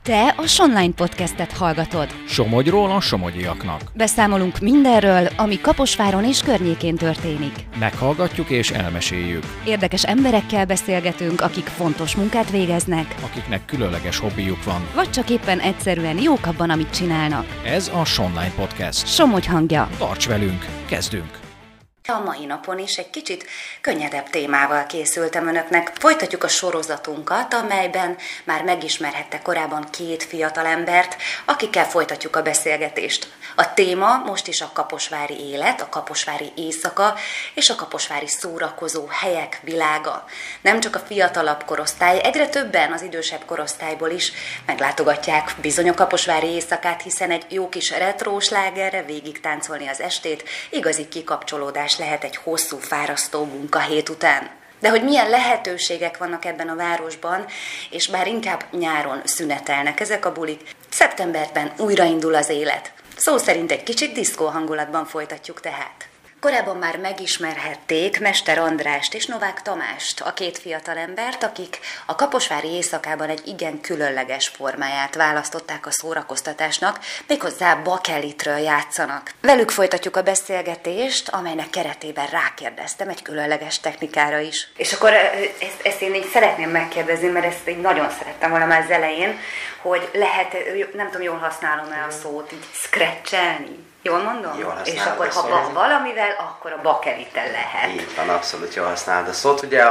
Te a Sonline podcastet hallgatod. Somogyról a somogyiaknak. Beszámolunk mindenről, ami Kaposváron és környékén történik. Meghallgatjuk és elmeséljük. Érdekes emberekkel beszélgetünk, akik fontos munkát végeznek, Akiknek különleges hobbijuk van. vagy csak éppen egyszerűen jók abban, amit csinálnak. Ez a Sonline Podcast. Somogy hangja. Tarts velünk, kezdünk! A mai napon is egy kicsit könnyedebb témával készültem önöknek. Folytatjuk a sorozatunkat, amelyben már megismerhette korábban két fiatalembert, akikkel folytatjuk a beszélgetést. A téma most is a kaposvári élet, a kaposvári éjszaka és a kaposvári szórakozó helyek világa. Nem csak a fiatalabb korosztály, egyre többen az idősebb korosztályból is meglátogatják bizony a kaposvári éjszakát, hiszen egy jó kis retró slágerre végig táncolni az estét, igazi kikapcsolódás lehet egy hosszú, fárasztó munkahét után. De hogy milyen lehetőségek vannak ebben a városban, és bár inkább nyáron szünetelnek ezek a bulik, szeptemberben újraindul az élet. Szó szerint egy kicsit diszkó hangulatban folytatjuk tehát. Korábban már megismerhették Mester Andrást és Novák Tamást, a két fiatalembert, akik a kaposvári éjszakában egy igen különleges formáját választották a szórakoztatásnak, méghozzá bakelitről játszanak. Velük folytatjuk a beszélgetést, amelynek keretében rákérdeztem egy különleges technikára is. És akkor ezt én így szeretném megkérdezni, mert ezt így nagyon szerettem volna már az elején, hogy lehet, nem tudom, jól használom-e a szót, így scratchelni. Jól mondom? Jól és akkor ha valamivel, akkor a bakeliten lehet. Így van, abszolút jól használod a szót. Ugye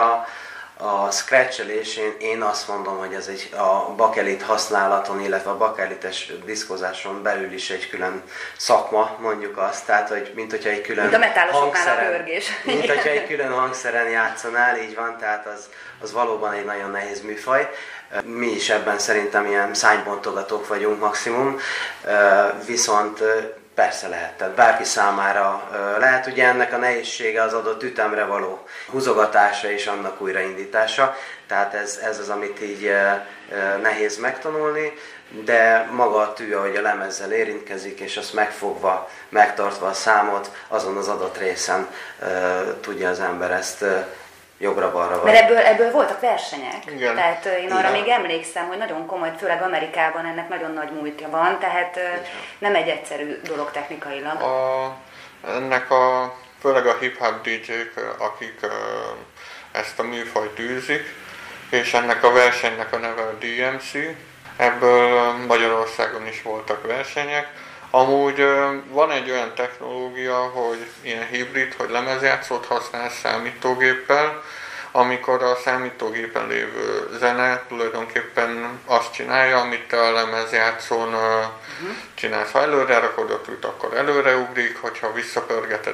a scratchelés, én azt mondom, hogy ez a bakelit használaton, illetve a bakelites diszkózáson belül is egy külön szakma, mondjuk azt, tehát, hogy mint hogyha egy külön mint a metálosoknál a pörgés. Mint hogyha egy külön hangszeren játszanál, így van, tehát az valóban egy nagyon nehéz műfaj. Mi is ebben szerintem ilyen szánybontogatók vagyunk maximum, viszont persze lehet, tehát bárki számára lehet, ugye ennek a nehézsége az adott ütemre való húzogatása és annak újraindítása, tehát ez az, amit így nehéz megtanulni, de maga a tű, ahogy a lemezzel érintkezik, és azt megfogva, megtartva a számot, azon az adott részen tudja az ember ezt jobbra-balra. Mert ebből voltak versenyek. Igen. Tehát én arra még emlékszem, hogy nagyon komoly, főleg Amerikában ennek nagyon nagy múltja van, tehát nem egy egyszerű dolog technikailag. Főleg a hip-hop DJ-k, akik ezt a műfajt űzik, és ennek a versenynek a neve a DMC, ebből Magyarországon is voltak versenyek. Amúgy van egy olyan technológia, hogy ilyen hibrid, hogy lemezjátszót használsz számítógéppel, amikor a számítógépen lévő zene tulajdonképpen azt csinálja, amit te a lemezjátszón csinálsz. Ha előre rakod a tűt, akkor előreugrik, hogyha visszapörgeted,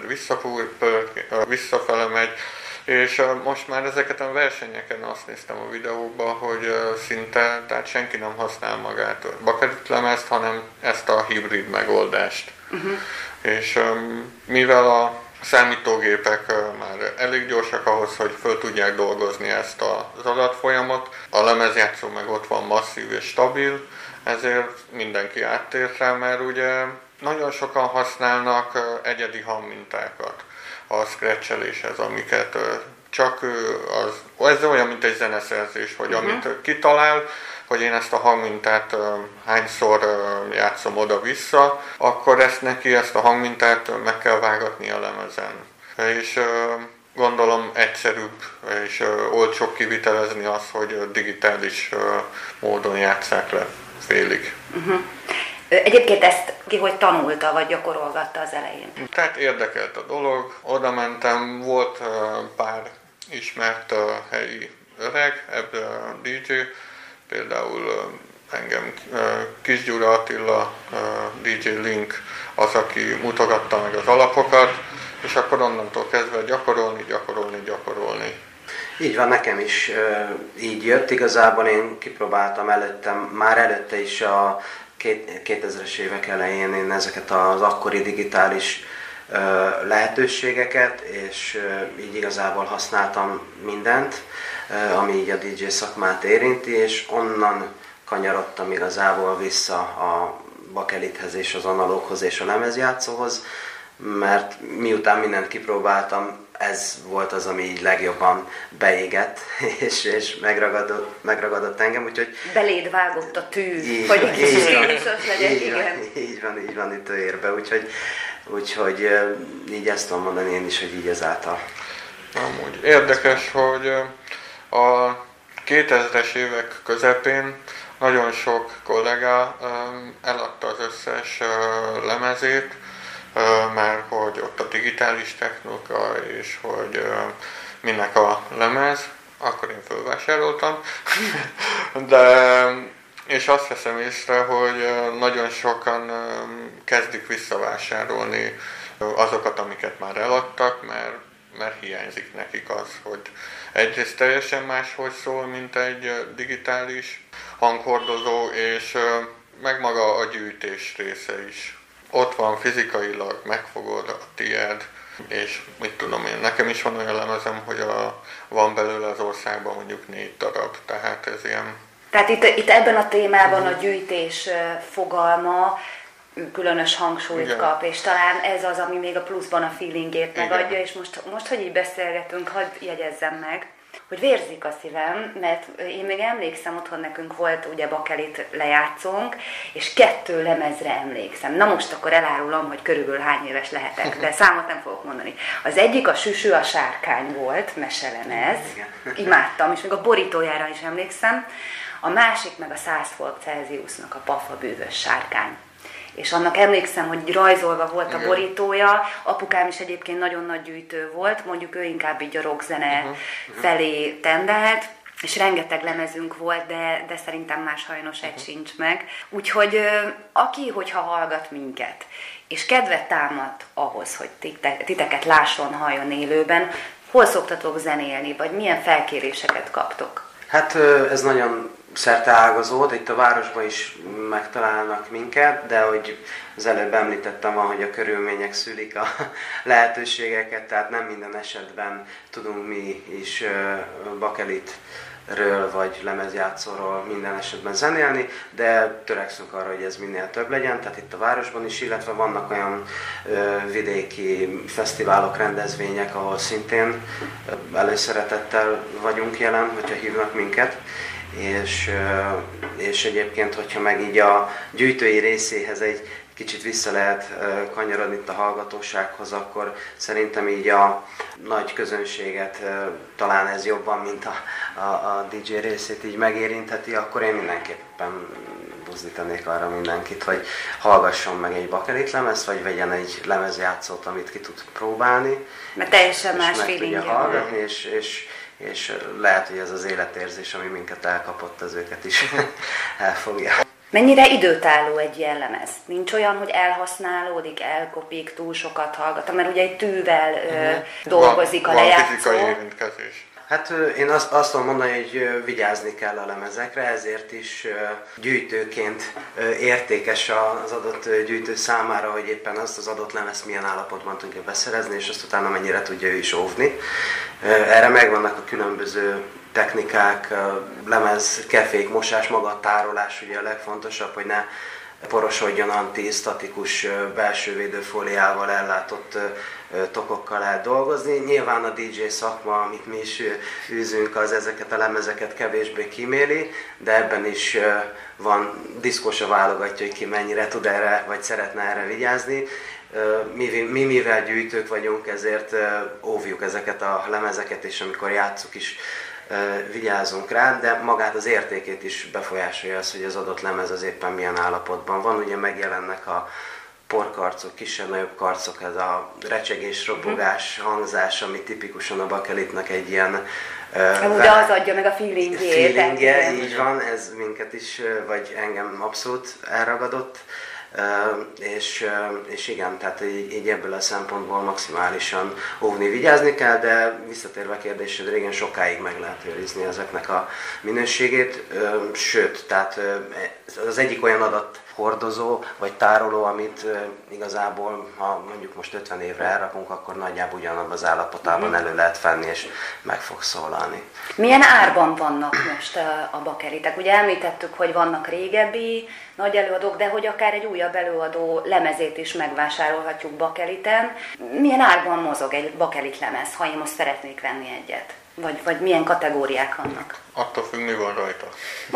visszafele megy. És most már ezeket a versenyeken azt néztem a videókban, hogy szinte, tehát senki nem használ magát bakelit lemezt, hanem ezt a hibrid megoldást. És mivel a számítógépek már elég gyorsak ahhoz, hogy föl tudják dolgozni ezt az adatfolyamot, a lemezjátszó meg ott van masszív és stabil, ezért mindenki áttért rá, mert ugye nagyon sokan használnak egyedi hangmintákat a scratcheléshez, amiket csak ez olyan, mint egy zeneszerzés, hogy amit kitalál, hogy én ezt a hangmintát hányszor játszom oda-vissza, akkor ezt a hangmintát meg kell vágatni a lemezen. És gondolom egyszerűbb és olcsóbb kivitelezni az, hogy digitális módon játsszák le félig. Egyébként ezt ki hogy tanulta, vagy gyakorolgatta az elején? Tehát érdekelt a dolog, oda mentem, volt pár ismert helyi öreg, ebből a DJ, például engem Kis Gyura Attila, DJ Link az, aki mutogatta meg az alapokat, és akkor onnantól kezdve gyakorolni. Így van, nekem is így jött, igazából én kipróbáltam már előtte is a 2000-es évek elején én ezeket az akkori digitális lehetőségeket, és így igazából használtam mindent, ami így a DJ szakmát érinti, és onnan kanyarodtam igazából vissza a bakelithez és az analóghoz és a lemezjátszóhoz, mert miután mindent kipróbáltam, ez volt az, ami így legjobban beégett, és megragadott engem, úgyhogy... Beléd vágott a tű, hogy egy kicsit stílusos legyen, igen. Így van itt érbe, úgyhogy így ezt tudom mondani én is, hogy így ezáltal. Amúgy érdekes, hogy a 2000-es évek közepén nagyon sok kollega eladta az összes lemezét, már hogy ott a digitális technika, és hogy minek a lemez, akkor én fölvásároltam, és azt veszem észre, hogy nagyon sokan kezdik visszavásárolni azokat, amiket már eladtak, mert hiányzik nekik az, hogy egyrészt teljesen máshogy szól, mint egy digitális hanghordozó, és meg maga a gyűjtés része is. Ott van fizikailag, megfogod a tied, és mit tudom én, nekem is van olyan lemezem, hogy van belőle az országban mondjuk 4 darab, tehát ez ilyen... Tehát itt ebben a témában a gyűjtés fogalma különös hangsúlyt kap, és talán ez az, ami még a pluszban a feelingét megadja, és most, hogy így beszélgetünk, hadd jegyezzem meg, hogy vérzik a szívem, mert én még emlékszem, otthon nekünk volt ugye bakelit lejátszónk, és 2 lemezre emlékszem. Na most akkor elárulom, hogy körülbelül hány éves lehetek, de számot nem fogok mondani. Az egyik a Süsű a sárkány volt, meselemez, imádtam, és még a borítójára is emlékszem. A másik meg a 100 fok Celsiusnak a Pafa bűvös sárkány. És annak emlékszem, hogy rajzolva volt a borítója, apukám is egyébként nagyon nagy gyűjtő volt, mondjuk ő inkább így a rockzene felé tendelt, és rengeteg lemezünk volt, de szerintem más sajnos egy sincs meg. Úgyhogy hogyha hallgat minket, és kedvet támad ahhoz, hogy titeket lásson, halljon élőben, hol szoktatok zenélni, vagy milyen felkéréseket kaptok? Hát ez nagyon szerteágazó, itt a városban is megtalálnak minket, de hogy az előbb említettem, hogy a körülmények szülik a lehetőségeket, tehát nem minden esetben tudunk mi is bakelitről vagy lemezjátszóról minden esetben zenélni, de törekszünk arra, hogy ez minél több legyen, tehát itt a városban is, illetve vannak olyan vidéki fesztiválok, rendezvények, ahol szintén előszeretettel vagyunk jelen, hogyha hívnak minket. És egyébként, hogyha meg így a gyűjtői részéhez egy kicsit vissza lehet kanyarodni itt a hallgatósághoz, akkor szerintem így a nagy közönséget talán ez jobban, mint a DJ részét így megérintheti, akkor én mindenképpen buzdítanék arra mindenkit, hogy hallgasson meg egy bakelitlemezt, vagy vegyen egy lemezjátszót, amit ki tud próbálni. Mert teljesen más feelingje hallgatni, és lehet, hogy ez az életérzés, ami minket elkapott, az őket is elfogja. Mennyire időtálló egy ilyen lemez? Nincs olyan, hogy elhasználódik, elkopik, túl sokat hallgat, mert ugye egy tűvel dolgozik a lejátszó. Van fizikai érintkezés. Hát én azt tudom mondani, hogy vigyázni kell a lemezekre, ezért is gyűjtőként értékes az adott gyűjtő számára, hogy éppen azt az adott lemezt milyen állapotban tudja beszerezni, és azt utána mennyire tudja ő is óvni. Erre megvannak a különböző technikák, lemez, kefék, mosás, maga a tárolás ugye a legfontosabb, hogy ne porosodjon, antisztatikus belső védőfóliával ellátott tokokkal lehet dolgozni. Nyilván a DJ szakma, amit mi is űzünk, az ezeket a lemezeket kevésbé kíméli, de ebben is van, diszkósa válogatja, hogy ki mennyire tud erre, vagy szeretne erre vigyázni. Mivel gyűjtők vagyunk, ezért óvjuk ezeket a lemezeket, és amikor játsszuk is, vigyázzunk rá, de magát az értékét is befolyásolja az, hogy az adott lemez az éppen milyen állapotban van. Ugye megjelennek a porkarcok, kisebb-nagyobb karcok, ez a recsegés, ropogás, hangzás, ami tipikusan a bakelitnak egy ilyen... de az adja meg a feelingje, így van, ez minket is, vagy engem abszolút elragadott. És igen, tehát így ebből a szempontból maximálisan óvni, vigyázni kell, de visszatérve a kérdésedre, igen, sokáig meg lehet őrizni ezeknek a minőségét, sőt, tehát az egyik olyan adat hordozó vagy tároló, amit igazából, ha mondjuk most 50 évre elrakunk, akkor nagyjából ugyanabban az állapotában elő lehet venni, és meg fog szólalni. Milyen árban vannak most a bakelitek? Ugye említettük, hogy vannak régebbi nagy előadók, de hogy akár egy újabb előadó lemezét is megvásárolhatjuk bakeliten. Milyen árban mozog egy bakelit lemez, ha én most szeretnék venni egyet? Vagy milyen kategóriák vannak? Attól függ, mi van rajta.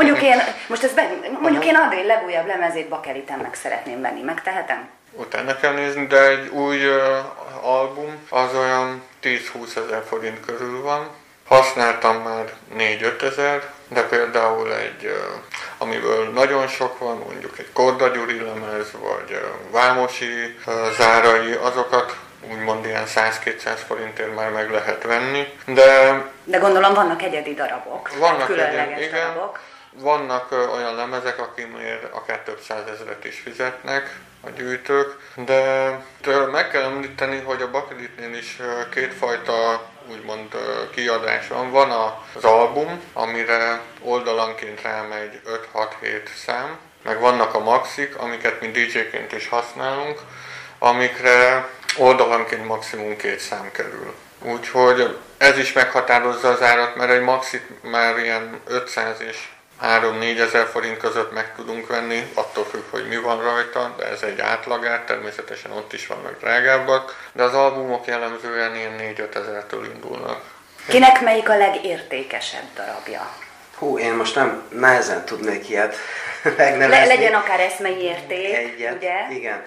Mondjuk én André legújabb lemezét bakeliten meg szeretném venni, megtehetem? Utána kell nézni, de egy új album az olyan 10-20 ezer forint körül van. Használtam már 4-5 ezer, de például amiből nagyon sok van, mondjuk egy Korda Gyuri lemez, vagy Vámosi zárai, azokat úgymond ilyen 100-200 forintért már meg lehet venni, de gondolom vannak egyedi darabok, különleges darabok. Vannak olyan lemezek, akikért akár több százezret is fizetnek a gyűjtők, de meg kell említeni, hogy a bakelitnél is kétfajta úgymond kiadás van. Van az album, amire oldalanként rámegy 5-6-7 szám, meg vannak a maxik, amiket mi DJ-ként is használunk, amikre oldalanként maximum 2 szám kerül. Úgyhogy ez is meghatározza az árat, mert egy maxit már ilyen 500 és 3-4 ezer forint között meg tudunk venni, attól függ, hogy mi van rajta, de ez egy átlagár, természetesen ott is vannak drágábbak, de az albumok jellemzően ilyen 4-5 ezertől indulnak. Kinek melyik a legértékesebb darabja? Én most nehezen tudnék ilyet megnevezni. Legyen akár eszmei érték, ugye? Igen.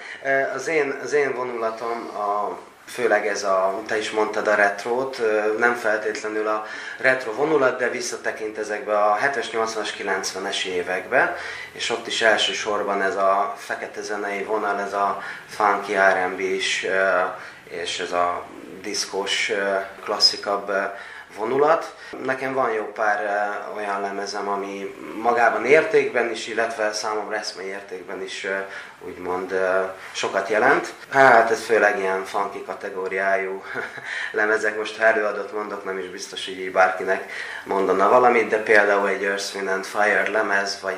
Az én vonulatom főleg ez te is mondtad a retrót, nem feltétlenül a retro vonulat, de visszatekint ezekbe a 70-es, 80-as, 90-es évekbe, és ott is elsősorban ez a fekete zenei vonal, ez a funky R&B-s, és ez a diszkós, klasszikabb vonulat. Nekem van jó pár olyan lemezem, ami magában értékben is, illetve számomra eszmei értékben is úgymond sokat jelent. Hát ez főleg ilyen funky kategóriájú lemezek, most ha előadót mondok, nem is biztos, hogy így bárkinek mondana valamit, de például egy Earth, Wind and Fire lemez, vagy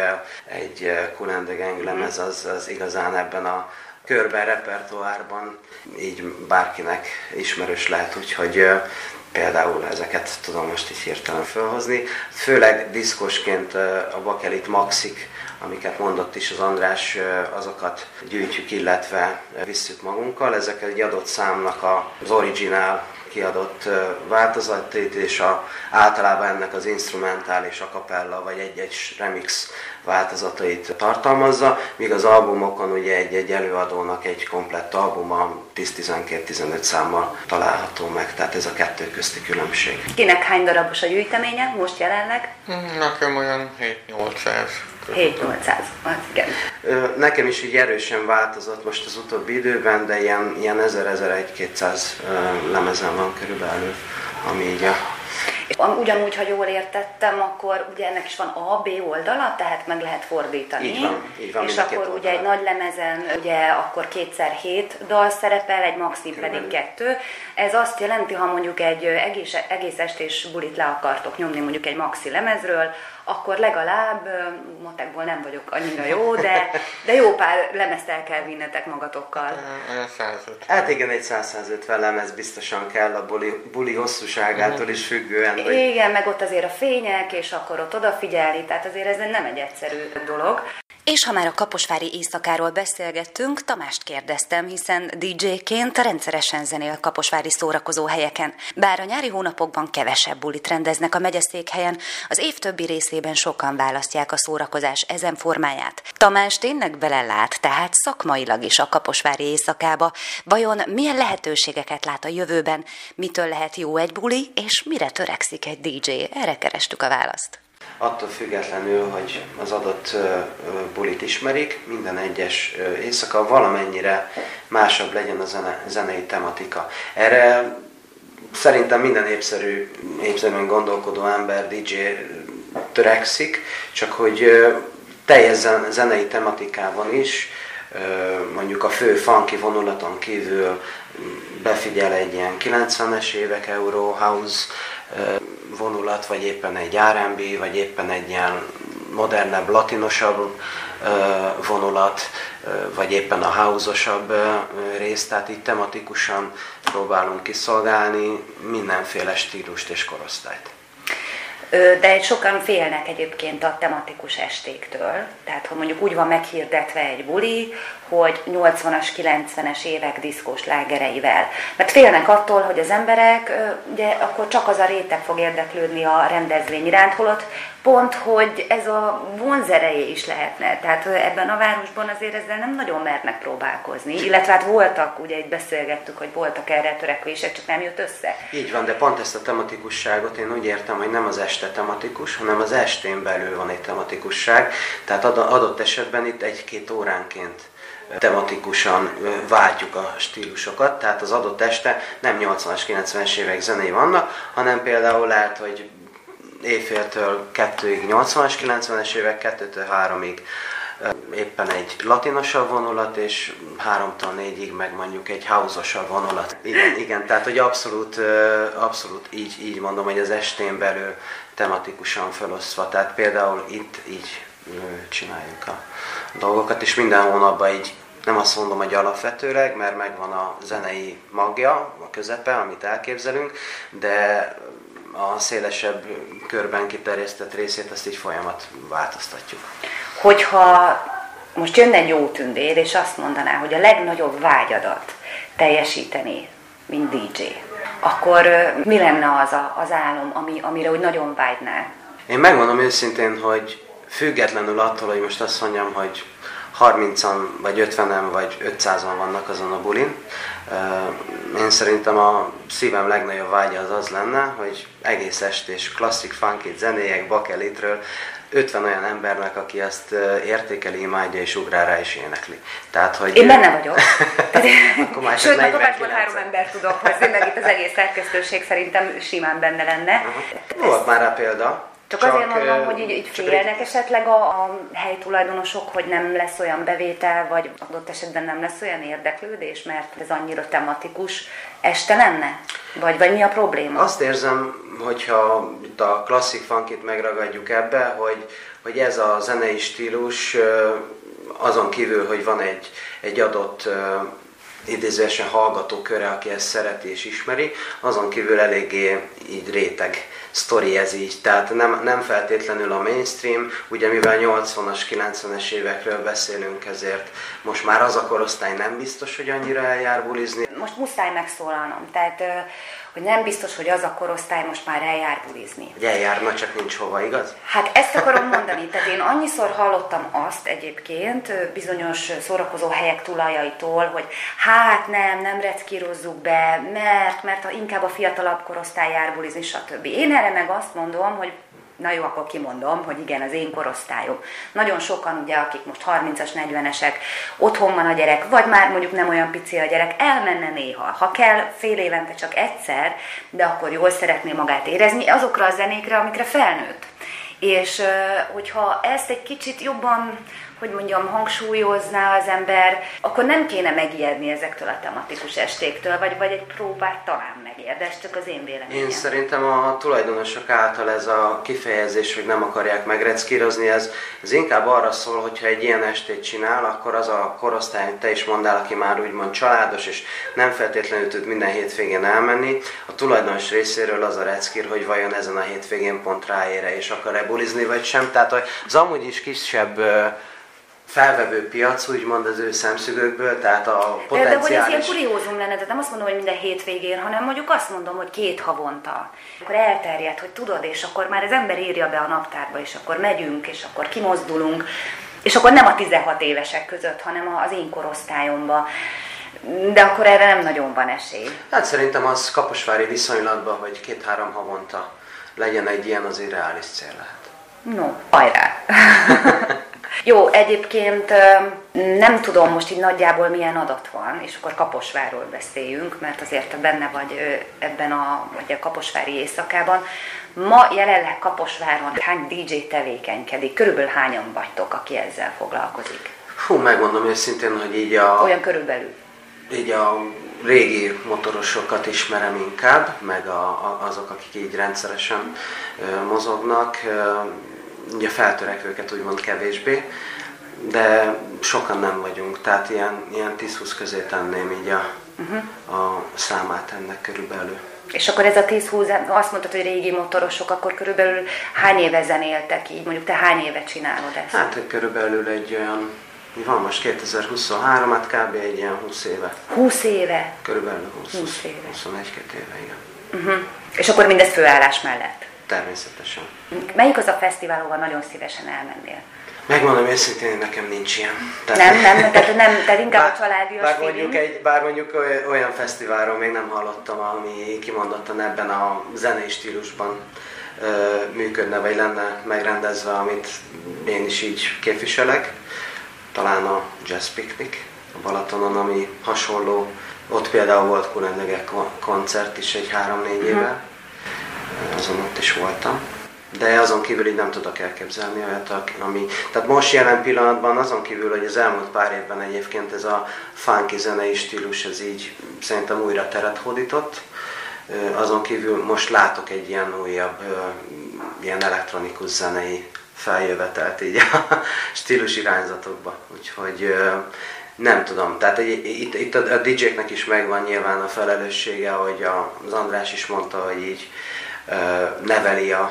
egy Kool and the Gang lemez, az igazán ebben a körben, repertoárban így bárkinek ismerős lehet, úgyhogy például ezeket tudom most így hirtelen felhozni. Főleg diszkosként a bakelit maxik, amiket mondott is az András, azokat gyűjtjük, illetve visszük magunkkal. Ezek egy adott számnak az originál kiadott változatait, és általában ennek az instrumentális a cappella vagy egy remix változatait tartalmazza, míg az albumokon ugye egy előadónak egy komplett albuma 10-12-15 számmal található meg, tehát ez a kettő közti különbség. Kinek hány darabos a gyűjteménye most jelenleg? Nekem olyan 7-800. 7-800, igen. Nekem is így erősen változott most az utóbbi időben, de ilyen 1000-1200 lemezem van körülbelül, ami így Ugyanúgy, ha jól értettem, akkor ugye ennek is van A, B oldala, tehát meg lehet fordítani. Így van, és akkor ugye egy nagy lemezen ugye akkor 2x7 dal szerepel, egy maxim pedig 2. Ez azt jelenti, ha mondjuk egy egész estés bulit le akartok nyomni mondjuk egy maxi lemezről, akkor legalább, matekból nem vagyok annyira jó, de jó pár lemezt el kell vinnetek magatokkal. Olyan 150. Hát igen, egy 100-150 lemez biztosan kell a buli hosszúságától is függően. Igen, meg ott azért a fények, és akkor ott odafigyelni, tehát azért ez nem egy egyszerű dolog. És ha már a kaposvári éjszakáról beszélgettünk, Tamást kérdeztem, hiszen DJ-ként rendszeresen zenél kaposvári szórakozó helyeken. Bár a nyári hónapokban kevesebb bulit rendeznek a megyeszékhelyen, az év többi részében sokan választják a szórakozás ezen formáját. Tamás tényleg belelát, tehát szakmailag is a kaposvári éjszakába. Vajon milyen lehetőségeket lát a jövőben, mitől lehet jó egy buli, és mire törekszik egy DJ? Erre kerestük a választ. Attól függetlenül, hogy az adott bulit ismerik, minden egyes éjszaka valamennyire másabb legyen a zenei tematika. Erre szerintem minden épszerűen gondolkodó ember, DJ törekszik, csak hogy teljes zenei tematikában is mondjuk a fő funky vonulaton kívül befigyel egy ilyen 90-es évek Eurohouse vonulat, vagy éppen egy R&B, vagy éppen egy ilyen modernebb, latinosabb vonulat, vagy éppen a house-osabb rész, tehát így tematikusan próbálunk kiszolgálni mindenféle stílust és korosztályt. De sokan félnek egyébként a tematikus estéktől, tehát ha mondjuk úgy van meghirdetve egy buli, hogy 80-as, 90-es évek diszkós slágereivel. Mert félnek attól, hogy az emberek, ugye akkor csak az a réteg fog érdeklődni a rendezvény iránt, holott pont, hogy ez a vonzereje is lehetne. Tehát ebben a városban azért ezzel nem nagyon mernek próbálkozni. Illetve hát voltak, ugye itt beszélgettük, hogy voltak erre törekvések, csak nem jött össze. Így van, de pont ezt a tematikusságot én úgy értem, hogy nem az este tematikus, hanem az estén belül van egy tematikusság. Tehát adott esetben itt 1-2 óránként tematikusan váltjuk a stílusokat, tehát az adott este nem 80-as, 90-es évek zenéi vannak, hanem például lehet, hogy éjféltől 2-ig 80-as, 90-es évek, 2-től 3-ig éppen egy latinosabb vonulat, és 3-tól 4-ig meg mondjuk egy house-osabb vonulat. Igen, tehát hogy abszolút így mondom, hogy az estén belül tematikusan felosztva. Tehát például itt így csináljuk a dolgokat, és minden hónapban így nem azt mondom, hogy alapvetőleg, mert megvan a zenei magja, a közepe, amit elképzelünk, de a szélesebb körben kiterjesztett részét azt így folyamat változtatjuk. Hogyha most jönne egy jó tündér, és azt mondaná, hogy a legnagyobb vágyadat teljesíteni, mint DJ, akkor mi lenne az álom, amire úgy nagyon vágynál? Én megmondom őszintén, hogy függetlenül attól, hogy most azt mondjam, hogy 30-an, vagy 50-en, vagy 500-an vannak azon a bulin. Én szerintem a szívem legnagyobb vágya az lenne, hogy egész estés klasszik, funky zenéjek, bakelitről 50 olyan embernek, aki azt értékeli, imádja és ugrál rá és énekli. Tehát, hogy én benne vagyok. Sőt, a kapásból 3 ember tudok hozni, meg itt az egész szerkesztőség szerintem simán benne lenne. Volt már rá példa. Csak azért mondom, hogy így félnek esetleg a helytulajdonosok, hogy nem lesz olyan bevétel, vagy adott esetben nem lesz olyan érdeklődés, mert ez annyira tematikus este lenne? Vagy mi a probléma? Azt érzem, hogyha itt a klasszik funkit megragadjuk ebbe, hogy ez a zenei stílus azon kívül, hogy van egy adott idézőesen hallgató köre, aki ezt szereti és ismeri, azon kívül eléggé így réteg sztori ez így, tehát nem feltétlenül a mainstream, ugye mivel 80-as, 90-es évekről beszélünk, ezért most már az a korosztály nem biztos, hogy annyira eljár bulizni. Most muszáj megszólalnom, tehát hogy nem biztos, hogy az a korosztály most már eljár bulizni. Hogy eljárna, csak nincs hova, igaz? Hát ezt akarom mondani, tehát én annyiszor hallottam azt egyébként bizonyos szórakozó helyek tulajaitól, hogy hát nem reckírozzuk be, mert inkább a fiatalabb korosztály jár bulizni, stb. Én erre meg azt mondom, hogy na jó, akkor kimondom, hogy igen, az én korosztályom. Nagyon sokan ugye, akik most 30-as, 40-esek, otthon van a gyerek, vagy már mondjuk nem olyan pici a gyerek, elmenne néha. Ha kell, fél évente csak egyszer, de akkor jól szeretné magát érezni azokra a zenékre, amikre felnőtt. És hogyha ezt egy kicsit jobban, hogy mondjam, hangsúlyozná az ember, akkor nem kéne megijedni ezektől a tematikus estéktől, vagy egy próbát talán megér, de ez csak az én véleményem. Én szerintem a tulajdonosok által ez a kifejezés, hogy nem akarják megreckírozni, ez inkább arra szól, hogyha egy ilyen estét csinál, akkor az a korosztály, te is mondál, aki már úgymond családos, és nem feltétlenül tud minden hétvégén elmenni, a tulajdonos részéről az a reckír, hogy vajon ezen a hétvégén pont ráére, és akar-e bulizni, vagy sem. Tehát az amúgy is kisebb felvevő piac, úgymond az ő szemszögükből, tehát a potenciális... De hogy ez ilyen kuriózum lenne, tehát nem azt mondom, hogy minden hétvégén, hanem mondjuk azt mondom, hogy 2 havonta. Akkor elterjed, hogy tudod, és akkor már az ember írja be a naptárba, és akkor megyünk, és akkor kimozdulunk, és akkor nem a 16 évesek között, hanem az én korosztályomba. De akkor erre nem nagyon van esély. Hát szerintem az kaposvári viszonylatban, hogy 2-3 havonta legyen egy ilyen, az reális cél lehet. No, hajrá! Jó, egyébként nem tudom most így nagyjából milyen adat van, és akkor Kaposvárról beszéljünk, mert azért benne vagy ebben a kaposvári éjszakában. Ma jelenleg Kaposváron hány DJ tevékenykedik? Körülbelül hányan vagytok, aki ezzel foglalkozik? Megmondom őszintén, hogy így olyan körülbelül. Így a régi motorosokat ismerem inkább, meg azok, akik így rendszeresen mozognak, ugye feltörekvőket úgymond kevésbé, de sokan nem vagyunk, tehát ilyen 10-20 közé tenném így a számát ennek körülbelül. És akkor ez a 10-20, azt mondtad, hogy régi motorosok, akkor körülbelül hány éve zenéltek így? Mondjuk te hány éve csinálod ezt? Hát körülbelül egy olyan, mi van most 2023, hát kb. Egy ilyen 20 éve. 20 éve? Körülbelül 20 éve. 21-2 éve, igen. És akkor mindez főállás mellett? Természetesen. Melyik az a fesztivál, ahol nagyon szívesen elmennél? Megmondom őszintén, nekem nincs ilyen. Tehát inkább a családias feeling. Bár mondjuk olyan fesztiválról még nem hallottam, ami kimondottan ebben a zenei stílusban működne, vagy lenne megrendezve, amit én is így képviselek. Talán a Jazz Picnic a Balatonon, ami hasonló. Ott például volt Kulendegek koncert is egy 3-4 éve. Azon ott is voltam. De azon kívül így nem tudok elképzelni olyat, ami... Tehát most jelen pillanatban azon kívül, hogy az elmúlt pár évben egyébként ez a funky zenei stílus, ez így szerintem újra teret hódított. Azon kívül most látok egy ilyen újabb, ilyen elektronikus zenei feljövetelt így a stílus irányzatokba. Úgyhogy nem tudom, tehát itt a DJ-knek is megvan nyilván a felelőssége, ahogy az András is mondta, hogy így neveli a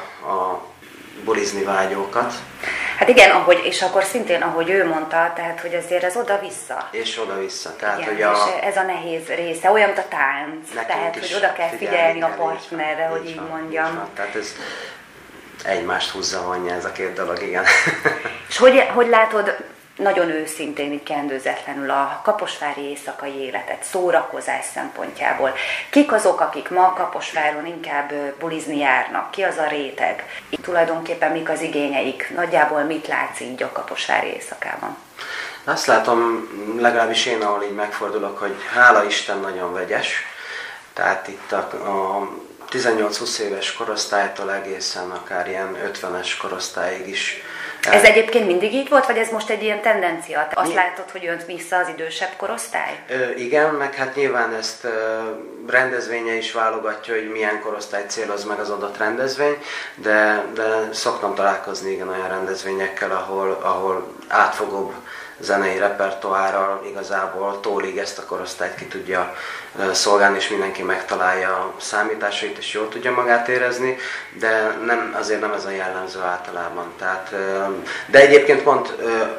bulizni vágyókat. Hát igen, és akkor szintén, ahogy ő mondta, tehát hogy azért ez oda-vissza. És oda-vissza. Tehát, igen, hogy és ez a nehéz része, olyan, mint a tánc, tehát hogy oda kell figyelni a partnerre, hogy így mondjam. Tehát ez egymást húzza, vonja ez a két dolog, igen. És hogy látod, nagyon őszintén, így kendőzetlenül a kaposvári éjszakai életet, szórakozás szempontjából. Kik azok, akik ma Kaposváron inkább bulizni járnak? Ki az a réteg? Így tulajdonképpen mik az igényeik? Nagyjából mit látsz így a kaposvári éjszakában? Azt látom, legalábbis én, ahol így megfordulok, hogy hála Isten nagyon vegyes. Tehát itt a 18-20 éves korosztálytól egészen akár ilyen 50-es korosztályig is. Ez egyébként mindig így volt, vagy ez most egy ilyen tendencia? Azt látod, hogy jön vissza az idősebb korosztály? Igen, meg hát nyilván ezt rendezvénye is válogatja, hogy milyen korosztály céloz meg az adott rendezvény, de szoktam találkozni igen olyan rendezvényekkel, ahol átfogóbb zenei repertoárral igazából tólig ezt a korosztályt ki tudja szolgálni, és mindenki megtalálja a számításait, és jól tudja magát érezni, de azért nem ez a jellemző általában. Tehát, de egyébként pont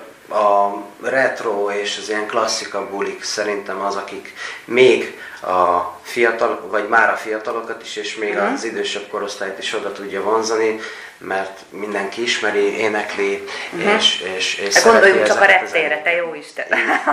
a retro és az ilyen klasszika bulik szerintem az, akik még a fiatal, vagy már a fiatalokat is, és még az idősebb korosztályt is oda tudja vonzani, mert mindenki ismeri, énekli, és szereti. Gondoljunk csak a reptére, te jó Isten!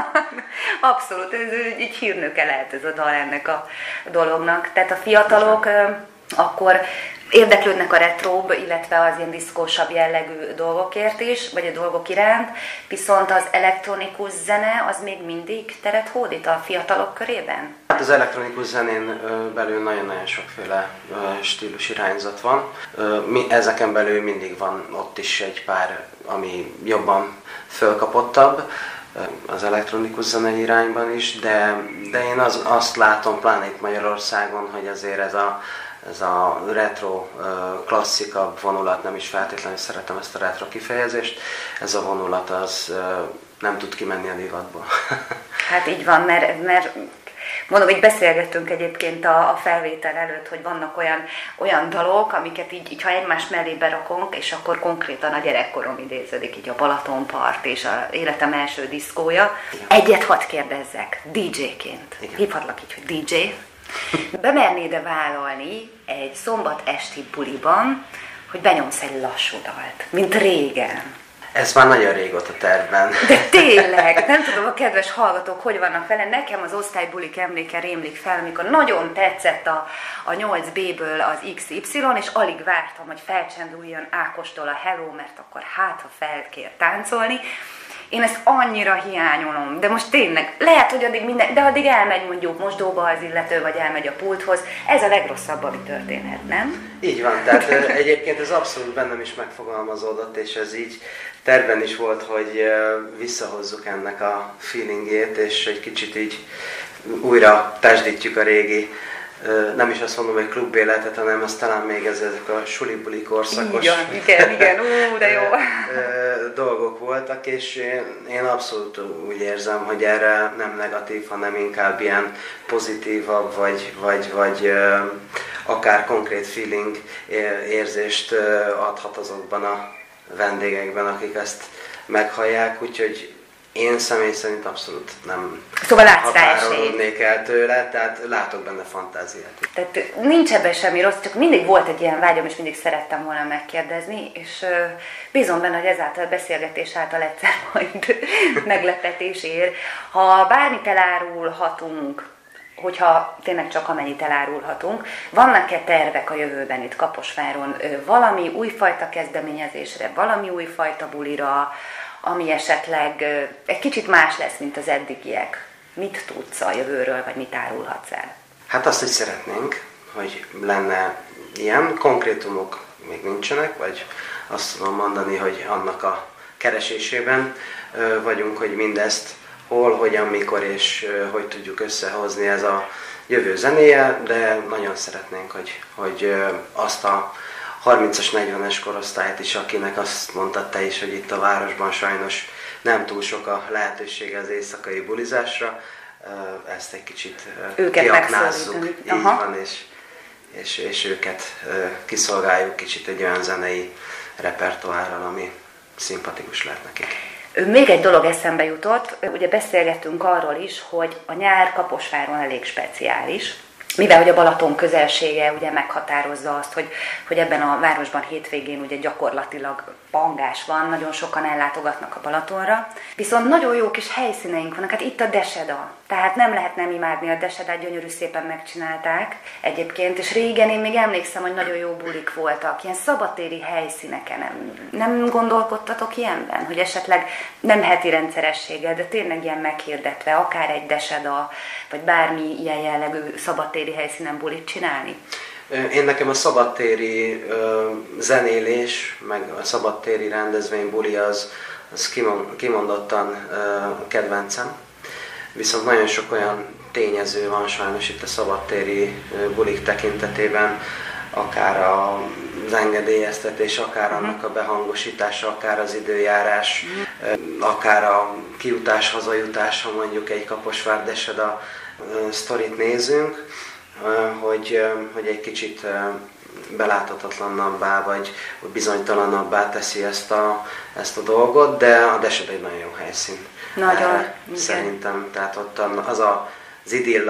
Abszolút, ez így hírnöke lehet ez a dal ennek a dolognak. Tehát a fiatalok akkor érdeklődnek a retróbb, illetve az ilyen diszkósabb jellegű dolgokért is, vagy a dolgok iránt, viszont az elektronikus zene az még mindig teret hódít a fiatalok körében? Hát az elektronikus zenén belül nagyon-nagyon sokféle stílus irányzat van. Ezeken belül mindig van ott is egy pár, ami jobban fölkapottabb az elektronikus zene irányban is, de én azt látom, pláne itt Magyarországon, hogy azért ez a retro klasszika vonulat, nem is feltétlenül szeretem ezt a retro kifejezést, ez a vonulat az nem tud kimenni a divatból. Hát így van, mert mondom, hogy beszélgettünk egyébként a felvétel előtt, hogy vannak olyan dalok, amiket így ha egymás mellé berakunk, és akkor konkrétan a gyerekkorom idéződik, így a Balatonpart és az életem első diszkója. Igen. Egyet hadd kérdezzek, DJ-ként. Igen. Hívhatlak így, hogy DJ. Bemernéd-e vállalni egy szombat esti buliban, hogy benyomsz egy lassú dalt, mint régen? Ez már nagyon régóta tervben. De tényleg, nem tudom, a kedves hallgatók hogy vannak vele. Nekem az osztálybulik emléke rémlik fel, amikor nagyon tetszett a 8B-ből az XY, és alig vártam, hogy felcsenduljon Ákostól a Hello, mert akkor hát, ha felkér táncolni. Én ezt annyira hiányolom, de most tényleg, lehet, hogy addig minden, de addig elmegy mondjuk mosdóba az illető, vagy elmegy a pulthoz. Ez a legrosszabb, ami történhet, nem? Így van, tehát egyébként ez abszolút bennem is megfogalmazódott, és ez így tervben is volt, hogy visszahozzuk ennek a feelingét, és egy kicsit így újra testdítjük a régi, nem is azt mondom, hogy klubéletet, hanem az talán még ezek a suli-buli korszakos igen, de jó. dolgok voltak, és én abszolút úgy érzem, hogy erre nem negatív, hanem inkább ilyen pozitívabb, vagy akár konkrét feeling érzést adhat azokban a vendégekben, akik ezt meghallják, úgyhogy én személy szerint abszolút nem határolódnék el tőle, tehát látok benne fantáziát. Tehát nincs ebben semmi rossz, csak mindig volt egy ilyen vágyam, és mindig szerettem volna megkérdezni, és bízom benne, hogy ezáltal a beszélgetés által egyszer majd meglepetés ér. Ha bármit elárulhatunk, hogyha tényleg csak amennyit elárulhatunk, vannak-e tervek a jövőben itt Kaposváron valami újfajta kezdeményezésre, valami újfajta bulira, ami esetleg egy kicsit más lesz, mint az eddigiek? Mit tudsz a jövőről, vagy mit árulhatsz el? Hát azt, hogy szeretnénk, hogy lenne ilyen, konkrétumok még nincsenek, vagy azt tudom mondani, hogy annak a keresésében vagyunk, hogy mindezt hol, hogyan, mikor és hogy tudjuk összehozni ez a jövő zenéje, de nagyon szeretnénk, hogy azt a 30-as, 40-es korosztályt is, akinek azt mondtad te is, hogy itt a városban sajnos nem túl sok a lehetősége az éjszakai bulizásra, ezt egy kicsit kiaknázzuk, így van, és őket kiszolgáljuk kicsit egy olyan zenei repertoárral, ami szimpatikus lehet nekik. Még egy dolog eszembe jutott, ugye beszélgettünk arról is, hogy a nyár Kaposváron elég speciális, mivel hogy a Balaton közelsége ugye meghatározza azt, hogy ebben a városban hétvégén ugye gyakorlatilag pangás van, nagyon sokan ellátogatnak a Balatonra, viszont nagyon jó kis helyszíneink vannak, hát itt a Deseda, tehát nem lehet nem imádni a Desedát, gyönyörű szépen megcsinálták egyébként, és régen én még emlékszem, hogy nagyon jó bulik voltak, ilyen szabadtéri helyszíneken, nem gondolkodtatok ilyenben, hogy esetleg nem heti rendszerességgel, de tényleg ilyen meghirdetve, akár egy Deseda, vagy bármi ilyen jellegű szabadtéri helyszínen bulit csinálni? Én nekem a szabadtéri zenélés, meg a szabadtéri rendezvény, buli az kimondottan kedvencem. Viszont nagyon sok olyan tényező van sajnos itt a szabadtéri bulik tekintetében, akár az engedélyeztetés, akár annak a behangosítása, akár az időjárás, akár a kijutás, hazajutás, ha mondjuk egy Kaposvár-Deseda sztorit nézünk, hogy egy kicsit beláthatatlannabbá vagy bizonytalanabbá teszi ezt a dolgot, de a Deseda egy nagyon jó helyszín. Nagyon, szerintem, tehát ott az idill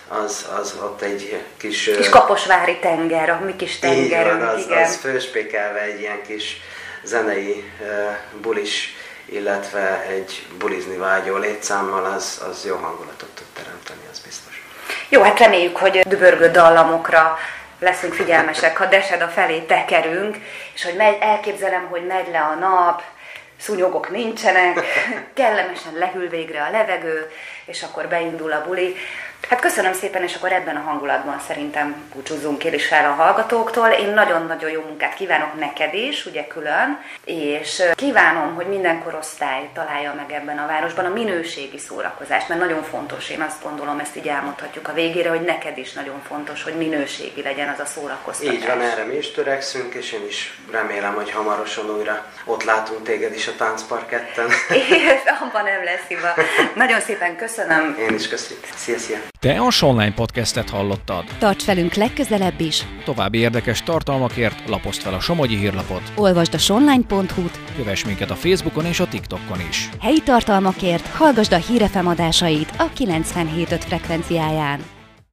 az ott egy kis kaposvári tenger, a mi kis tengerünk, az főspékelve egy ilyen kis zenei bulis, illetve egy bulizni vágyó létszámmal, az jó hangulatot tud teremteni, az biztos. Jó, hát reméljük, hogy dübörgő dallamokra leszünk figyelmesek, ha Deseda felé tekerünk, és hogy elképzelem, hogy megy le a nap, szúnyogok nincsenek, kellemesen lehűl végre a levegő, és akkor beindul a buli. Hát köszönöm szépen, és akkor ebben a hangulatban szerintem búcsúzzunk el is el a hallgatóktól. Én nagyon-nagyon jó munkát kívánok neked is, ugye külön, és kívánom, hogy minden korosztály találja meg ebben a városban a minőségi szórakozást, mert nagyon fontos, én azt gondolom, ezt így elmondhatjuk a végére, hogy neked is nagyon fontos, hogy minőségi legyen az a szórakoztatás. Így van, erre mi is törekszünk, és én is remélem, hogy hamarosan újra ott látunk téged is a táncparketten. Abban nem lesz hiba. Nagyon szépen köszönöm. Én is köszönöm. Szia! Te a Sonline podcastet hallottad. Tarts velünk legközelebb is. További érdekes tartalmakért lapozd fel a Somogyi hírlapot. Olvasd a sonline.hu-t. Kövess minket a Facebookon és a TikTokon is. Helyi tartalmakért hallgasd a Hír FM adásait a 97.5 frekvenciáján.